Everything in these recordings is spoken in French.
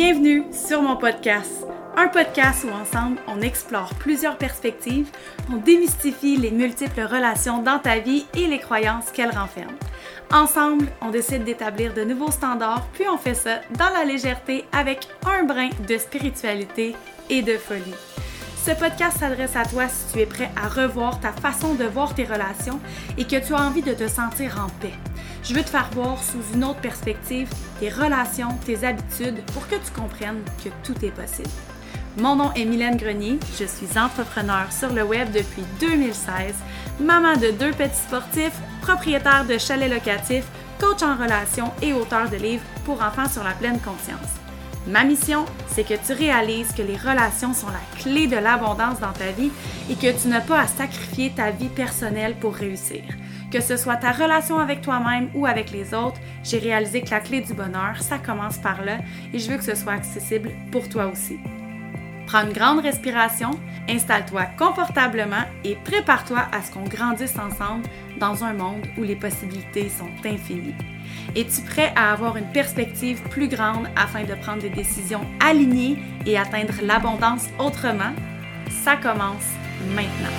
Bienvenue sur mon podcast. Un podcast où ensemble, on explore plusieurs perspectives, on démystifie les multiples relations dans ta vie et les croyances qu'elles renferment. Ensemble, on décide d'établir de nouveaux standards, puis on fait ça dans la légèreté avec un brin de spiritualité et de folie. Ce podcast s'adresse à toi si tu es prêt à revoir ta façon de voir tes relations et que tu as envie de te sentir en paix. Je veux te faire voir sous une autre perspective tes relations, tes habitudes pour que tu comprennes que tout est possible. Mon nom est Mylène Grenier, je suis entrepreneur sur le web depuis 2016, maman de 2 petits sportifs, propriétaire de chalets locatifs, coach en relations et auteur de livres pour enfants sur la pleine conscience. Ma mission, c'est que tu réalises que les relations sont la clé de l'abondance dans ta vie et que tu n'as pas à sacrifier ta vie personnelle pour réussir. Que ce soit ta relation avec toi-même ou avec les autres, j'ai réalisé que la clé du bonheur, ça commence par là et je veux que ce soit accessible pour toi aussi. Prends une grande respiration, installe-toi confortablement et prépare-toi à ce qu'on grandisse ensemble dans un monde où les possibilités sont infinies. Es-tu prêt à avoir une perspective plus grande afin de prendre des décisions alignées et atteindre l'abondance autrement? Ça commence maintenant.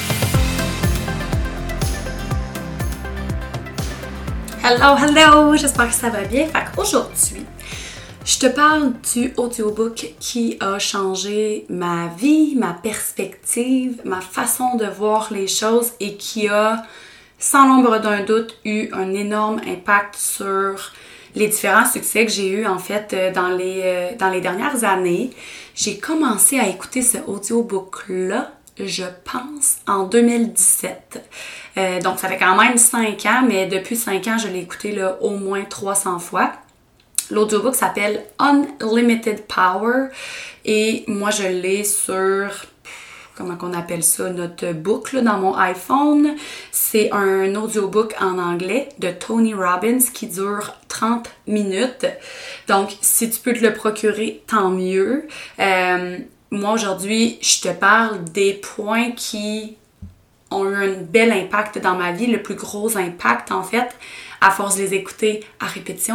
Hello! J'espère que ça va bien. Aujourd'hui, je te parle du audiobook qui a changé ma vie, ma perspective, ma façon de voir les choses et qui a, sans l'ombre d'un doute, eu un énorme impact sur les différents succès que j'ai eus en fait dans les dernières années. J'ai commencé à écouter ce audiobook-là, je pense, en 2017. Donc ça fait quand même 5 ans, mais depuis 5 ans, je l'ai écouté là, au moins 300 fois. L'audiobook s'appelle Unlimited Power et moi je l'ai sur, comment qu'on appelle ça, notre book là, dans mon iPhone. C'est un audiobook en anglais de Tony Robbins qui dure 30 minutes. Donc si tu peux te le procurer, tant mieux. Moi aujourd'hui, je te parle des points qui ont eu un bel impact dans ma vie, le plus gros impact en fait, à force de les écouter à répétition.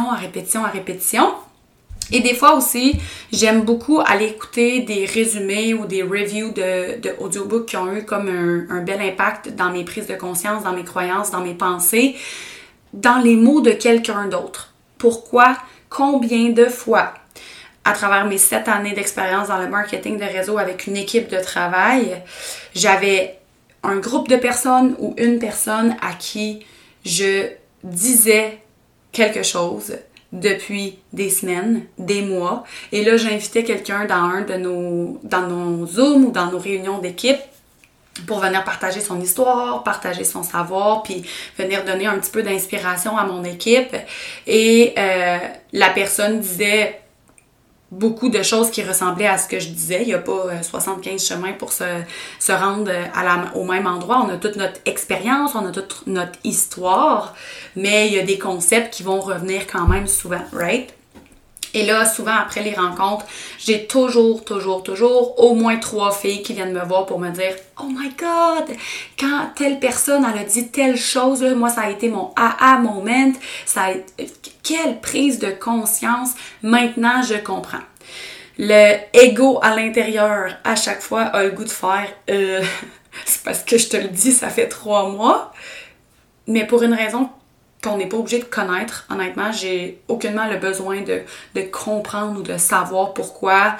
Et des fois aussi, j'aime beaucoup aller écouter des résumés ou des reviews de audiobooks qui ont eu comme un bel impact dans mes prises de conscience, dans mes croyances, dans mes pensées, dans les mots de quelqu'un d'autre. Pourquoi? Combien de fois? À travers mes 7 années d'expérience dans le marketing de réseau avec une équipe de travail, j'avais un groupe de personnes ou une personne à qui je disais quelque chose depuis des semaines, des mois. Et là, j'invitais quelqu'un dans nos Zooms ou dans nos réunions d'équipe pour venir partager son histoire, partager son savoir, puis venir donner un petit peu d'inspiration à mon équipe. Et la personne disait beaucoup de choses qui ressemblaient à ce que je disais. Il n'y a pas 75 chemins pour se rendre au même endroit. On a toute notre expérience, on a toute notre histoire, mais il y a des concepts qui vont revenir quand même souvent, right? Et là, souvent, après les rencontres, j'ai toujours au moins 3 filles qui viennent me voir pour me dire « Oh my God! Quand telle personne, elle a dit telle chose, là, moi, ça a été mon aha moment. Quelle prise de conscience! Maintenant, je comprends. » Le ego à l'intérieur, à chaque fois, a le goût de faire c'est parce que je te le dis, ça fait 3 mois. Mais pour une raison qu'on n'est pas obligé de connaître, honnêtement, j'ai aucunement le besoin de comprendre ou de savoir pourquoi.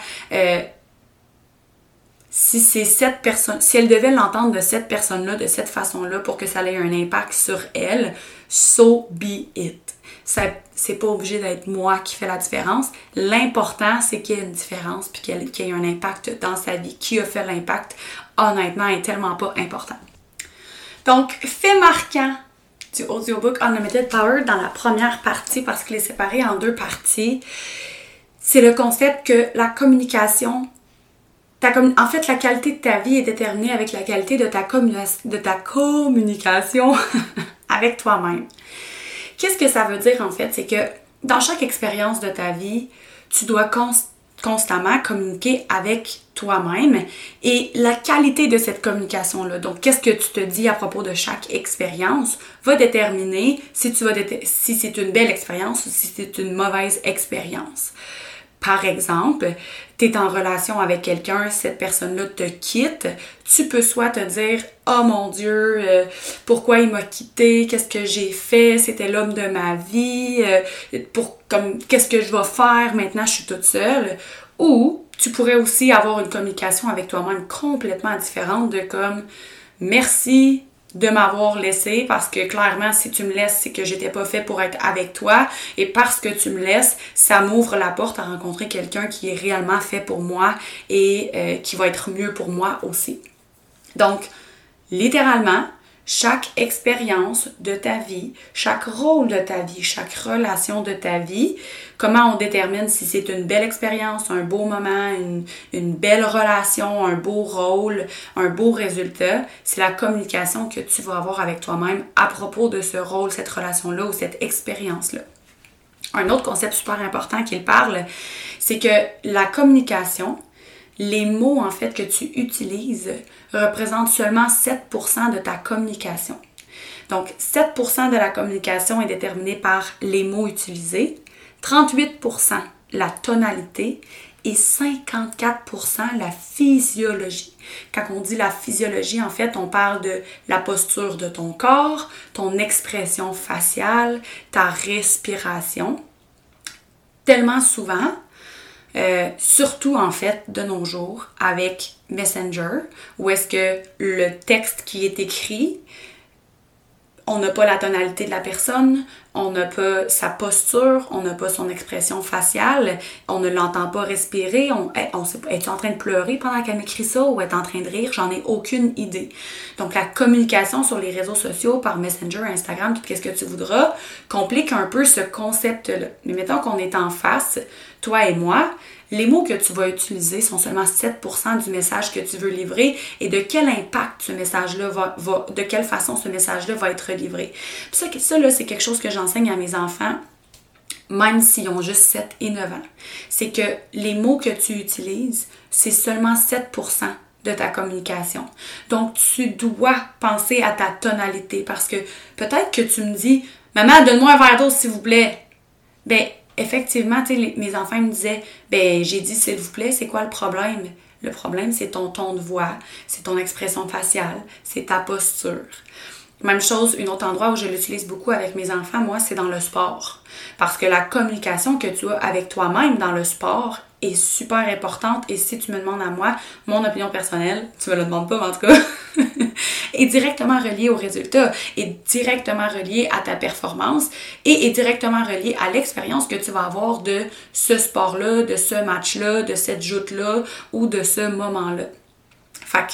Si c'est cette personne, si elle devait l'entendre de cette personne-là, de cette façon-là, pour que ça ait un impact sur elle, so be it. C'est pas obligé d'être moi qui fait la différence. L'important, c'est qu'il y ait une différence puis qu'il y ait un impact dans sa vie. Qui a fait l'impact, honnêtement, est tellement pas important. Donc, fait marquant du audiobook Unlimited Power dans la première partie, parce qu'il est séparé en 2 parties, c'est le concept que la communication, en fait, la qualité de ta vie est déterminée avec la qualité de ta communication avec toi-même. Qu'est-ce que ça veut dire en fait? C'est que dans chaque expérience de ta vie, tu dois constamment communiquer avec toi-même et la qualité de cette communication-là, donc qu'est-ce que tu te dis à propos de chaque expérience, va déterminer si c'est une belle expérience ou si c'est une mauvaise expérience. Par exemple, tu es en relation avec quelqu'un, cette personne-là te quitte, tu peux soit te dire « Oh mon Dieu, pourquoi il m'a quitté? Qu'est-ce que j'ai fait? C'était l'homme de ma vie. Qu'est-ce que je vais faire? Maintenant, je suis toute seule. » Ou tu pourrais aussi avoir une communication avec toi-même complètement différente de comme « Merci de m'avoir laissé parce que clairement, si tu me laisses, c'est que j'étais pas fait pour être avec toi. Et parce que tu me laisses, ça m'ouvre la porte à rencontrer quelqu'un qui est réellement fait pour moi et qui va être mieux pour moi aussi. » Donc, littéralement, chaque expérience de ta vie, chaque rôle de ta vie, chaque relation de ta vie, comment on détermine si c'est une belle expérience, un beau moment, une belle relation, un beau rôle, un beau résultat, c'est la communication que tu vas avoir avec toi-même à propos de ce rôle, cette relation-là ou cette expérience-là. Un autre concept super important qu'il parle, c'est que la communication, les mots en fait que tu utilises représentent seulement 7% de ta communication. Donc 7% de la communication est déterminée par les mots utilisés, 38% la tonalité et 54% la physiologie. Quand on dit la physiologie, en fait, on parle de la posture de ton corps, ton expression faciale, ta respiration. Tellement souvent, surtout en fait de nos jours avec Messenger, où est-ce que le texte qui est écrit, on n'a pas la tonalité de la personne, on n'a pas sa posture, on n'a pas son expression faciale, on ne l'entend pas respirer, on sait pas, est-tu en train de pleurer pendant qu'elle m'écrit ça ou est en train de rire? J'en ai aucune idée. Donc la communication sur les réseaux sociaux, par Messenger, Instagram, tout ce que tu voudras, complique un peu ce concept-là. Mais mettons qu'on est en face, toi et moi, les mots que tu vas utiliser sont seulement 7% du message que tu veux livrer et de quel impact ce message-là de quelle façon ce message-là va être livré. Puis ça là, c'est quelque chose que j'enseigne à mes enfants, même s'ils ont juste 7 et 9 ans. C'est que les mots que tu utilises, c'est seulement 7% de ta communication. Donc, tu dois penser à ta tonalité parce que peut-être que tu me dis « Maman, donne-moi un verre d'eau, s'il vous plaît. » Ben, effectivement, mes enfants me disaient « Ben, j'ai dit s'il vous plaît, c'est quoi le problème? » Le problème, c'est ton ton de voix, c'est ton expression faciale, c'est ta posture. Même chose, un autre endroit où je l'utilise beaucoup avec mes enfants, moi, c'est dans le sport. Parce que la communication que tu as avec toi-même dans le sport est super importante. Et si tu me demandes à moi, mon opinion personnelle, tu me le demandes pas, mais en tout cas, est directement reliée au résultat, est directement reliée à ta performance et est directement reliée à l'expérience que tu vas avoir de ce sport-là, de ce match-là, de cette joute-là ou de ce moment-là. Fait que,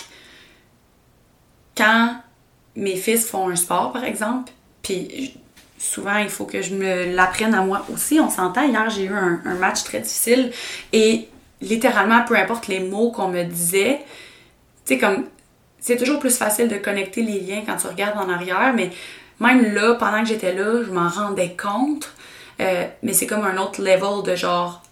quand mes fils font un sport, par exemple, puis souvent, il faut que je me l'apprenne à moi aussi. On s'entend, hier, j'ai eu un match très difficile et littéralement, peu importe les mots qu'on me disait, tu sais, comme, c'est toujours plus facile de connecter les liens quand tu regardes en arrière, mais même là, pendant que j'étais là, je m'en rendais compte, mais c'est comme un autre level de genre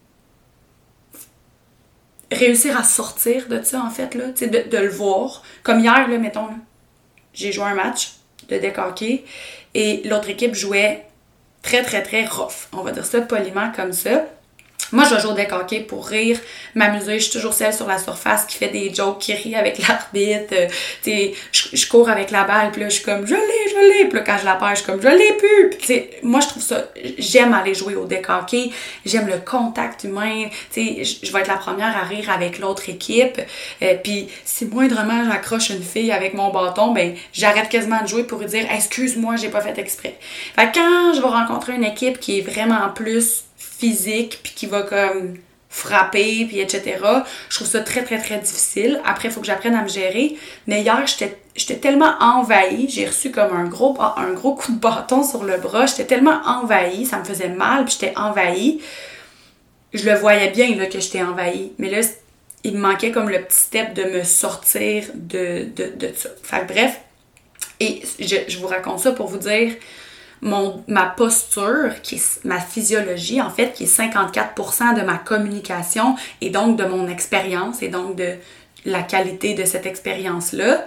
réussir à sortir de ça, en fait, là, tu sais, de le voir. Comme hier, là, mettons, là, j'ai joué un match de deck hockey et l'autre équipe jouait très, très, très rough. On va dire ça poliment comme ça. Moi, je joue au deck hockey pour rire, m'amuser. Je suis toujours celle sur la surface qui fait des jokes, qui rit avec l'arbitre. Je cours avec la balle, puis là, je suis comme « je l'ai ». Puis là, quand je la perds, je suis comme « je l'ai plus ». Puis moi, je trouve ça... J'aime aller jouer au deck hockey. J'aime le contact humain. Je vais être la première à rire avec l'autre équipe. Puis si moindrement j'accroche une fille avec mon bâton, ben j'arrête quasiment de jouer pour lui dire « excuse-moi, j'ai pas fait exprès ». Fait que quand je vais rencontrer une équipe qui est vraiment plus physique, puis qui va comme frapper, puis etc. Je trouve ça très, très, très difficile. Après, il faut que j'apprenne à me gérer. Mais hier, j'étais tellement envahie. J'ai reçu comme un gros coup de bâton sur le bras. J'étais tellement envahie. Ça me faisait mal, puis j'étais envahie. Je le voyais bien, là, que j'étais envahie. Mais là, il me manquait comme le petit step de me sortir de ça. Fait que bref. Et je vous raconte ça pour vous dire... ma posture, qui est ma physiologie, en fait, qui est 54% de ma communication et donc de mon expérience et donc de la qualité de cette expérience-là,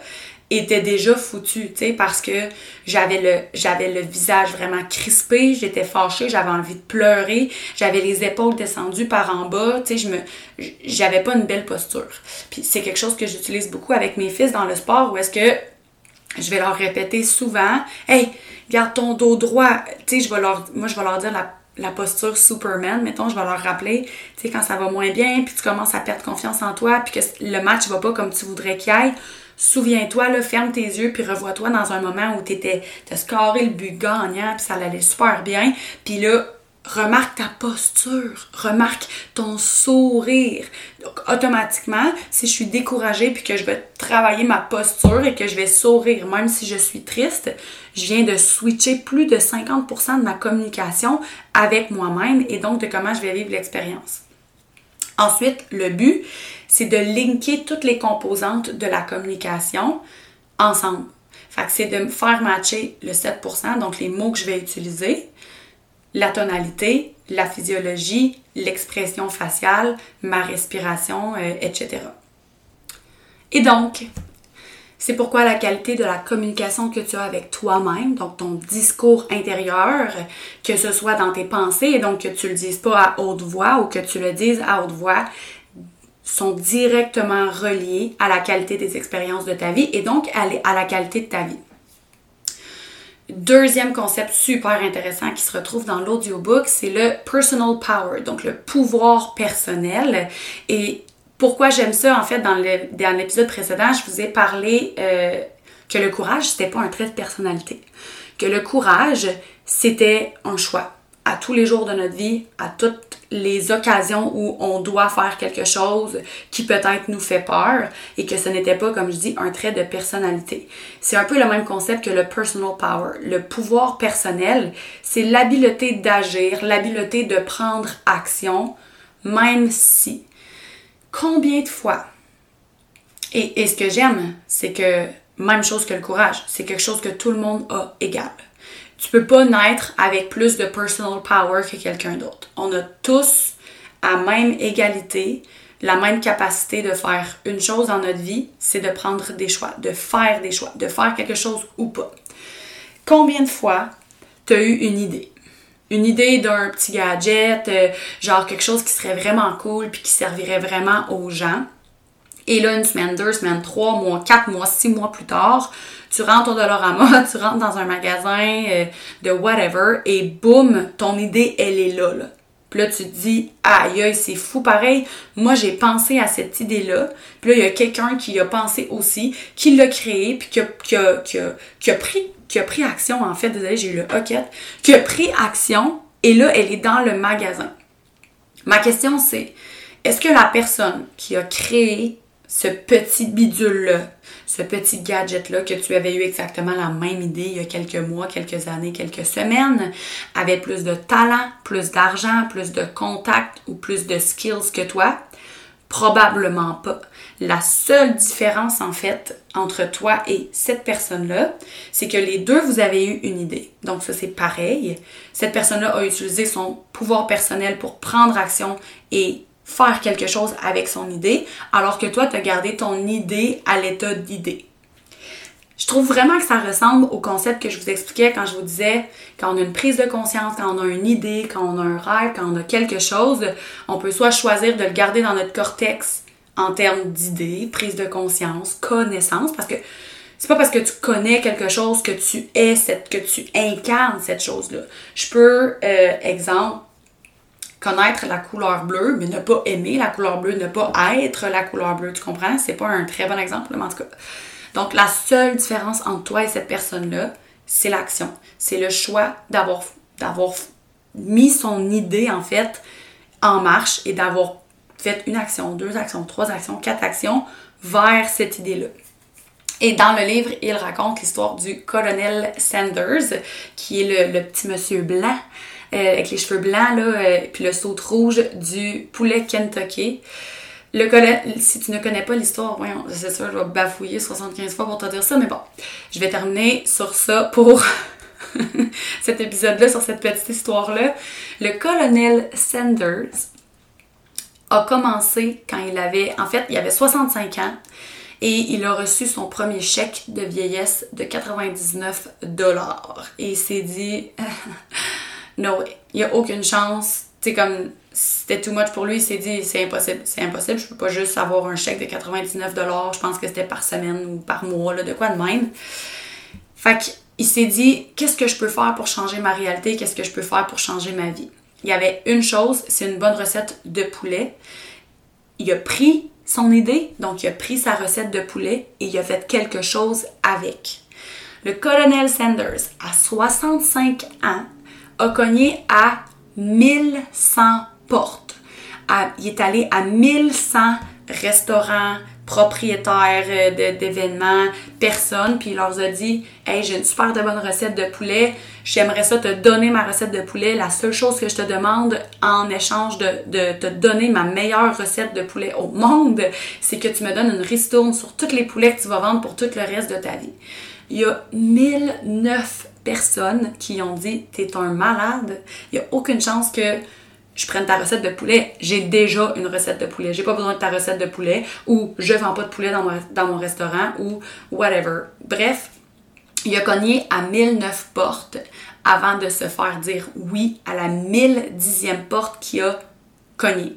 était déjà foutue, tu sais, parce que j'avais le visage vraiment crispé, j'étais fâchée, j'avais envie de pleurer, j'avais les épaules descendues par en bas, tu sais, j'avais pas une belle posture. Puis c'est quelque chose que j'utilise beaucoup avec mes fils dans le sport, où est-ce que je vais leur répéter souvent, « Hey, garde ton dos droit. » Tu sais, je vais leur dire la posture Superman, mettons, je vais leur rappeler, tu sais, quand ça va moins bien, puis tu commences à perdre confiance en toi, puis que le match va pas comme tu voudrais qu'il aille, souviens-toi, là, ferme tes yeux, puis revois-toi dans un moment où t'as scoré le but gagnant, puis ça allait super bien, puis là, remarque ta posture, remarque ton sourire. Donc, automatiquement, si je suis découragée puis que je vais travailler ma posture et que je vais sourire, même si je suis triste, je viens de switcher plus de 50% de ma communication avec moi-même et donc de comment je vais vivre l'expérience. Ensuite, le but, c'est de linker toutes les composantes de la communication ensemble. Fait que c'est de me faire matcher le 7%, donc les mots que je vais utiliser, la tonalité, la physiologie, l'expression faciale, ma respiration, etc. Et donc, c'est pourquoi la qualité de la communication que tu as avec toi-même, donc ton discours intérieur, que ce soit dans tes pensées, et donc que tu le dises pas à haute voix ou que tu le dises à haute voix, sont directement reliés à la qualité des expériences de ta vie et donc à la qualité de ta vie. Deuxième concept super intéressant qui se retrouve dans l'audiobook, c'est le personal power, donc le pouvoir personnel. Et pourquoi j'aime ça, en fait, dans l'épisode précédent, je vous ai parlé que le courage, c'était pas un trait de personnalité. Que le courage, c'était un choix. À tous les jours de notre vie, à toutes les occasions où on doit faire quelque chose qui peut-être nous fait peur et que ce n'était pas, comme je dis, un trait de personnalité. C'est un peu le même concept que le personal power. Le pouvoir personnel, c'est l'habileté d'agir, l'habileté de prendre action, même si. Combien de fois? Et ce que j'aime, c'est que, même chose que le courage, c'est quelque chose que tout le monde a égal. Tu peux pas naître avec plus de personal power que quelqu'un d'autre. On a tous à même égalité, la même capacité de faire une chose dans notre vie, c'est de prendre des choix, de faire quelque chose ou pas. Combien de fois tu as eu une idée? Une idée d'un petit gadget, genre quelque chose qui serait vraiment cool puis qui servirait vraiment aux gens. Et là, une semaine, 2 semaines, 3 mois, 4 mois, 6 mois plus tard, tu rentres au Dollarama, tu rentres dans un magasin de whatever et boum, ton idée, elle est là. Puis là, tu te dis, aïe, c'est fou pareil. Moi, j'ai pensé à cette idée-là. Puis là, il y a quelqu'un qui a pensé aussi, qui l'a créé, puis qui a pris action, en fait. Désolée, j'ai eu le hoquette. Qui a pris action, et là, elle est dans le magasin. Ma question, c'est, est-ce que la personne qui a créé ce petit bidule-là, ce petit gadget-là, que tu avais eu exactement la même idée il y a quelques mois, quelques années, quelques semaines, avait plus de talent, plus d'argent, plus de contacts ou plus de skills que toi? Probablement pas. La seule différence, en fait, entre toi et cette personne-là, c'est que les deux, vous avez eu une idée. Donc ça, c'est pareil. Cette personne-là a utilisé son pouvoir personnel pour prendre action et faire quelque chose avec son idée, alors que toi, tu as gardé ton idée à l'état d'idée. Je trouve vraiment que ça ressemble au concept que je vous expliquais quand je vous disais quand on a une prise de conscience, quand on a une idée, quand on a un rêve, quand on a quelque chose, on peut soit choisir de le garder dans notre cortex en termes d'idée, prise de conscience, connaissance, parce que c'est pas parce que tu connais quelque chose que tu es, que tu incarnes cette chose-là. Je peux, exemple, connaître la couleur bleue, mais ne pas aimer la couleur bleue, ne pas être la couleur bleue, tu comprends? C'est pas un très bon exemple, mais en tout cas. Donc, la seule différence entre toi et cette personne-là, c'est l'action. C'est le choix d'avoir mis son idée, en fait, en marche et d'avoir fait une action, 2 actions, 3 actions, 4 actions vers cette idée-là. Et dans le livre, il raconte l'histoire du colonel Sanders, qui est le petit monsieur blanc, avec les cheveux blancs, là, puis le saut rouge du poulet Kentucky. Si tu ne connais pas l'histoire, voyons, c'est sûr, je vais bafouiller 75 fois pour te dire ça, mais bon, je vais terminer sur ça pour cet épisode-là, sur cette petite histoire-là. Le colonel Sanders a commencé quand il avait 65 ans, et il a reçu son premier chèque de vieillesse de 99 $. Et il s'est dit, no way, il n'y a aucune chance. Tu sais, comme c'était too much pour lui, il s'est dit, c'est impossible, je peux pas juste avoir un chèque de 99 $, je pense que c'était par semaine ou par mois, là, de quoi de même. Fait qu'il s'est dit, qu'est-ce que je peux faire pour changer ma réalité, qu'est-ce que je peux faire pour changer ma vie? Il y avait une chose, c'est une bonne recette de poulet. Il a pris son idée, donc il a pris sa recette de poulet et il a fait quelque chose avec. Le colonel Sanders, à 65 ans, a cogné à 1100 portes. Il est allé à 1100 restaurants, propriétaires d'événements, personnes, puis il leur a dit « Hey, j'ai une super de bonne recette de poulet, j'aimerais ça te donner ma recette de poulet. La seule chose que je te demande en échange de te donner ma meilleure recette de poulet au monde, c'est que tu me donnes une ristourne sur tous les poulets que tu vas vendre pour tout le reste de ta vie. » Il y a 1009 personnes qui ont dit « T'es un malade, il n'y a aucune chance que je prenne ta recette de poulet, j'ai déjà une recette de poulet, j'ai pas besoin de ta recette de poulet, ou je vends pas de poulet dans mon restaurant, ou whatever. » Bref, il a cogné à 1009 portes avant de se faire dire oui à la 1010e porte qu'il a cogné.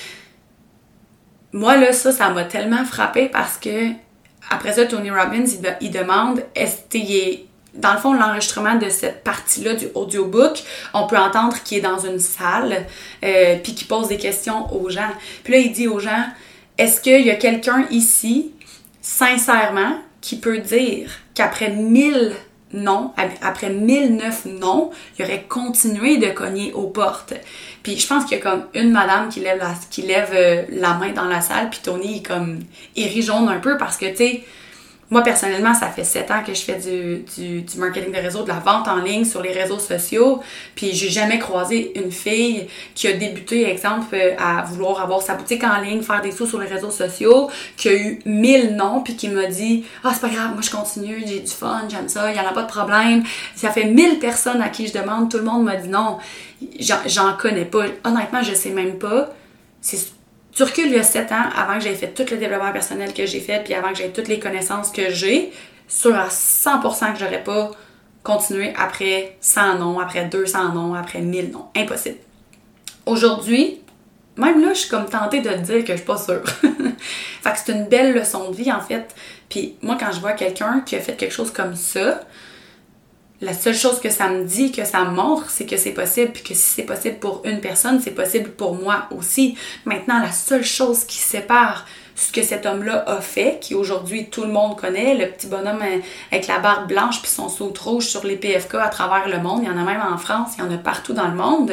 Moi, là, ça m'a tellement frappée parce que après ça, Tony Robbins, il demande, dans le fond, l'enregistrement de cette partie-là du audiobook, on peut entendre qu'il est dans une salle, puis qu'il pose des questions aux gens. Puis là, il dit aux gens, est-ce qu'il y a quelqu'un ici, sincèrement, qui peut dire qu'après 1000 non, après 1009 non, il aurait continué de cogner aux portes. Puis je pense qu'il y a comme une madame qui lève la main dans la salle, puis Tony, il rit jaune un peu parce que, tu sais, moi, personnellement, ça fait 7 ans que je fais du marketing de réseau, de la vente en ligne sur les réseaux sociaux. Puis j'ai jamais croisé une fille qui a débuté, exemple, à vouloir avoir sa boutique en ligne, faire des sous sur les réseaux sociaux, qui a eu 1000 noms, puis qui m'a dit « Ah, c'est pas grave, moi je continue, j'ai du fun, j'aime ça, il y en a pas de problème. » Ça fait 1000 personnes à qui je demande, tout le monde m'a dit non. J'en connais pas. Honnêtement, je sais même pas. Tu recules il y a 7 ans, avant que j'aie fait tout le développement personnel que j'ai fait, puis avant que j'aie toutes les connaissances que j'ai, sûr à 100% que j'aurais pas continué après 100 noms, après 200 noms, après 1000 noms. Impossible. Aujourd'hui, même là, je suis comme tentée de te dire que je suis pas sûre. Fait que c'est une belle leçon de vie, en fait. Puis moi, quand je vois quelqu'un qui a fait quelque chose comme ça, la seule chose que ça me dit, que ça me montre, c'est que c'est possible, puis que si c'est possible pour une personne, c'est possible pour moi aussi. Maintenant, la seule chose qui sépare ce que cet homme-là a fait, qui aujourd'hui tout le monde connaît, le petit bonhomme avec la barbe blanche puis son saut rouge sur les PFK à travers le monde, il y en a même en France, il y en a partout dans le monde.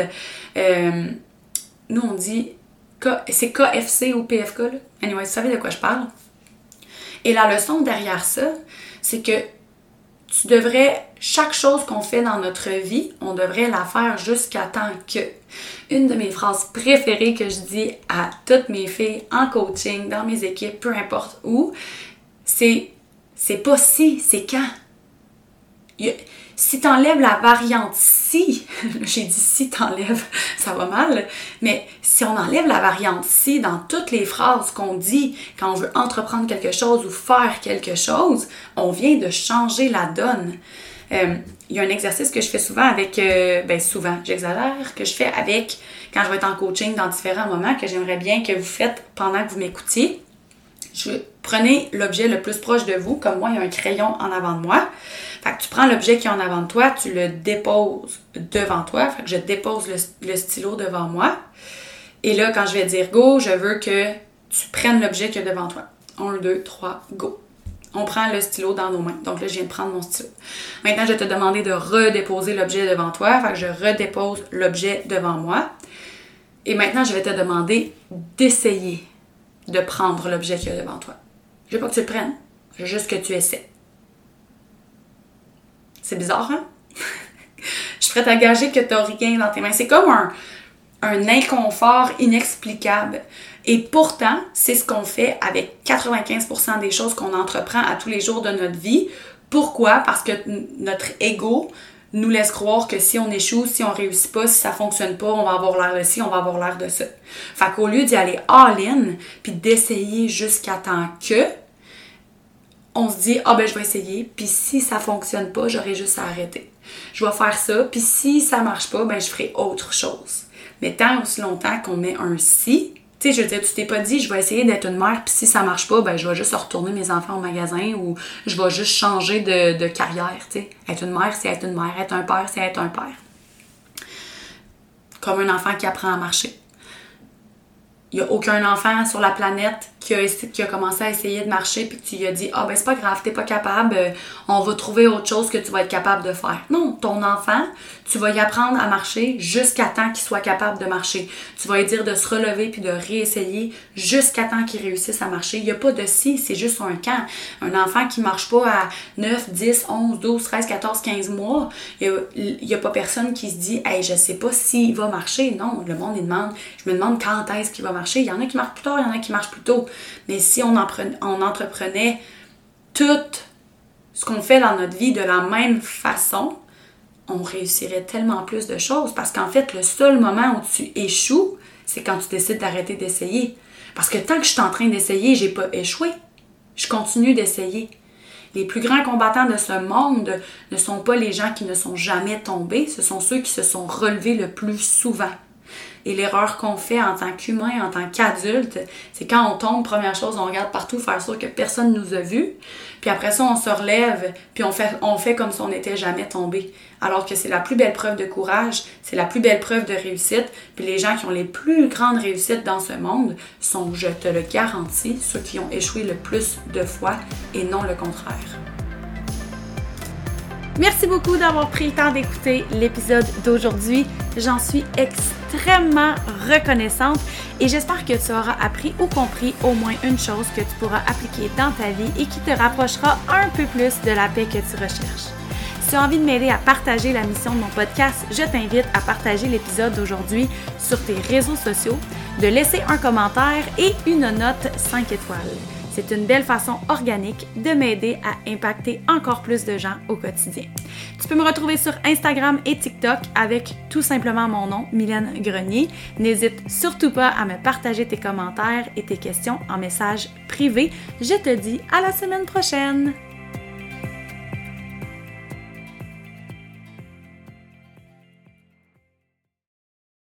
Nous, on dit, c'est KFC ou PFK, là. Anyway, vous savez de quoi je parle. Et la leçon derrière ça, c'est que chaque chose qu'on fait dans notre vie, on devrait la faire jusqu'à temps que. Une de mes phrases préférées que je dis à toutes mes filles en coaching, dans mes équipes, peu importe où, c'est pas si, c'est quand. Si t'enlèves la variante si, j'ai dit si t'enlèves, ça va mal, mais si on enlève la variante si dans toutes les phrases qu'on dit quand on veut entreprendre quelque chose ou faire quelque chose, on vient de changer la donne. Il y a un exercice que je fais souvent avec, souvent, j'exagère, que je fais avec, quand je vais être en coaching dans différents moments, que j'aimerais bien que vous faites pendant que vous m'écoutiez. Prenez l'objet le plus proche de vous, comme moi, il y a un crayon en avant de moi. Fait que tu prends l'objet qui est en avant de toi, tu le déposes devant toi. Fait que je dépose le stylo devant moi. Et là, quand je vais dire go, je veux que tu prennes l'objet qui est devant toi. 1, 2, 3, go. On prend le stylo dans nos mains. Donc là, je viens de prendre mon stylo. Maintenant, je vais te demander de redéposer l'objet devant toi. Fait que je redépose l'objet devant moi. Et maintenant, je vais te demander d'essayer de prendre l'objet qui est devant toi. Je veux pas que tu le prennes. Je veux juste que tu essaies. C'est bizarre, hein? Je suis prête à gager que tu n'as rien dans tes mains. C'est comme un inconfort inexplicable. Et pourtant, c'est ce qu'on fait avec 95% des choses qu'on entreprend à tous les jours de notre vie. Pourquoi? Parce que notre ego nous laisse croire que si on échoue, si on réussit pas, si ça fonctionne pas, on va avoir l'air de ci, on va avoir l'air de ça. Fait qu'au lieu d'y aller all-in, puis d'essayer jusqu'à temps que, on se dit « Ah ben je vais essayer, puis si ça fonctionne pas, j'aurai juste à arrêter. Je vais faire ça, puis si ça marche pas, ben je ferai autre chose. » Mais tant aussi longtemps qu'on met un « si », tu sais, je veux dire, tu t'es pas dit « Je vais essayer d'être une mère, puis si ça marche pas, ben je vais juste retourner mes enfants au magasin ou je vais juste changer de carrière. » Tu sais, être une mère, c'est être une mère. Être un père, c'est être un père. Comme un enfant qui apprend à marcher. Il n'y a aucun enfant sur la planète qui a commencé à essayer de marcher puis que tu lui as dit « Ah ben c'est pas grave, t'es pas capable, on va trouver autre chose que tu vas être capable de faire. » Non, ton enfant, tu vas y apprendre à marcher jusqu'à temps qu'il soit capable de marcher. Tu vas lui dire de se relever puis de réessayer jusqu'à temps qu'il réussisse à marcher. Il n'y a pas de si, c'est juste un quand. Un enfant qui marche pas à 9, 10, 11, 12, 13, 14, 15 mois, il n'y a pas personne qui se dit « Hey, je sais pas s'il va marcher. » Non, le monde, je me demande quand est-ce qu'il va marcher. Il y en a qui marchent plus tard, il y en a qui marchent plus tôt. Mais si on entreprenait tout ce qu'on fait dans notre vie de la même façon, on réussirait tellement plus de choses. Parce qu'en fait, le seul moment où tu échoues, c'est quand tu décides d'arrêter d'essayer. Parce que tant que je suis en train d'essayer, j'ai pas échoué. Je continue d'essayer. Les plus grands combattants de ce monde ne sont pas les gens qui ne sont jamais tombés, ce sont ceux qui se sont relevés le plus souvent. Et l'erreur qu'on fait en tant qu'humain, en tant qu'adulte, c'est quand on tombe, première chose, on regarde partout, faire sûr que personne nous a vus. Puis après ça, on se relève, puis on fait comme si on n'était jamais tombé. Alors que c'est la plus belle preuve de courage, c'est la plus belle preuve de réussite. Puis les gens qui ont les plus grandes réussites dans ce monde sont, je te le garantis, ceux qui ont échoué le plus de fois et non le contraire. Merci beaucoup d'avoir pris le temps d'écouter l'épisode d'aujourd'hui. J'en suis extrêmement reconnaissante et j'espère que tu auras appris ou compris au moins une chose que tu pourras appliquer dans ta vie et qui te rapprochera un peu plus de la paix que tu recherches. Si tu as envie de m'aider à partager la mission de mon podcast, je t'invite à partager l'épisode d'aujourd'hui sur tes réseaux sociaux, de laisser un commentaire et une note 5 étoiles. C'est une belle façon organique de m'aider à impacter encore plus de gens au quotidien. Tu peux me retrouver sur Instagram et TikTok avec tout simplement mon nom, Mylène Grenier. N'hésite surtout pas à me partager tes commentaires et tes questions en message privé. Je te dis à la semaine prochaine!